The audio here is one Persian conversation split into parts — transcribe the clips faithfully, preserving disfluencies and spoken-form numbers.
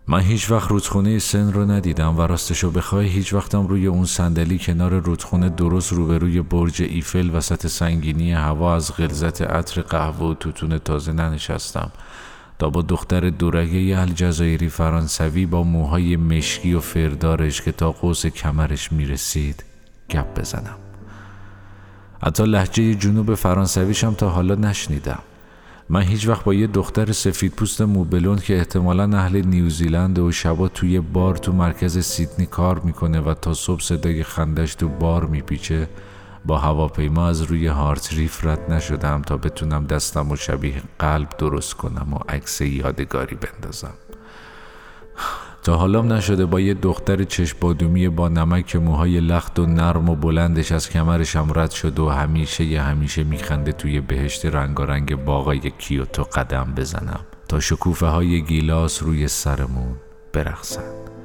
من هیچ وقت رودخونه سن رو ندیدم و راستشو بخوای هیچ وقتم روی اون صندلی کنار رودخونه درست روبروی برج ایفل وسط سنگینی هوا از غلظت عطر قهوه و توتون تازه ننشستم تا با دختر دورگه الجزایری فرانسوی با موهای مشکی و فردارش که تا قوس کمرش میرسید گپ بزنم. حتی لهجه جنوب فرانسویشم تا حالا نشنیدم. من هیچ وقت با یه دختر سفید پوست موبلوند که احتمالاً اهل نیوزیلند و شبا توی بار تو مرکز سیدنی کار میکنه و تا صبح صدای خندش تو بار میپیچه با هواپیما از روی هارت ریف رد نشدم تا بتونم دستم و شبیه قلب درست کنم و عکس یادگاری بندازم. تا حالام نشده با یه دختر چشم بادومی با نمک که موهای لخت و نرم و بلندش از کمرشم رد شد و همیشه یه همیشه میخنده توی بهشت رنگارنگ باغای کیوتو قدم بزنم تا شکوفه های گیلاس روی سرمون برقصن.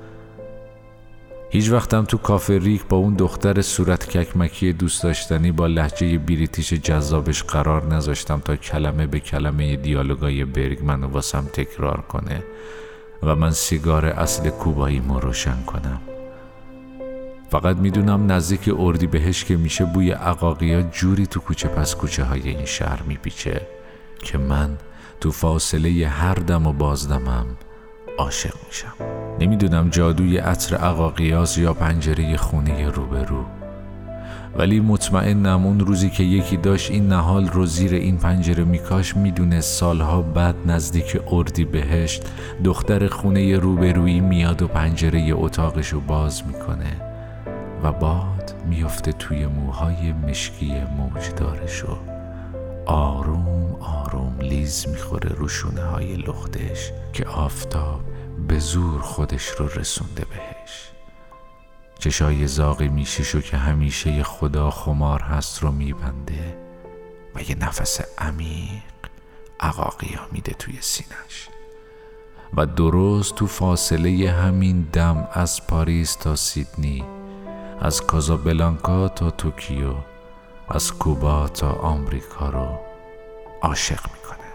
هیچ وقتم تو کافه ریک با اون دختر صورت ککمکی دوست داشتنی با لهجه بریتیش جذابش قرار نذاشتم تا کلمه به کلمه دیالوگای برگمن رو واسم تکرار کنه و من سیگار اصل کوباییمو روشن کنم. فقط میدونم نزدیک اردیبهشت که میشه بوی عقاقیا جوری تو کوچه پس کوچه های این شهر میپیچه که من تو فاصله هر دم و بازدمم عاشق میشم. نمیدونم جادوی عطر عقاقیاست یا پنجره خونه روبرو، ولی مطمئنم اون روزی که یکی داشت این نهال رو زیر این پنجره میکاش میدونه سالها بعد نزدیک اردیبهشت دختر خونه روبرویی میاد و پنجره اتاقشو باز میکنه و باد میفته توی موهای مشکی موجدارشو آروم آروم لیز میخوره رو شونه های لختش که آفتاب به زور خودش رو رسونده بهش. چشای زاغی میشیشو که همیشه خدا خمار هست رو میبنده و یه نفس عمیق عقاقیا میده توی سینش و درست تو فاصله همین دم از پاریس تا سیدنی، از کازابلانکا تا توکیو، از کوبا تا آمریکا رو عاشق میکنه.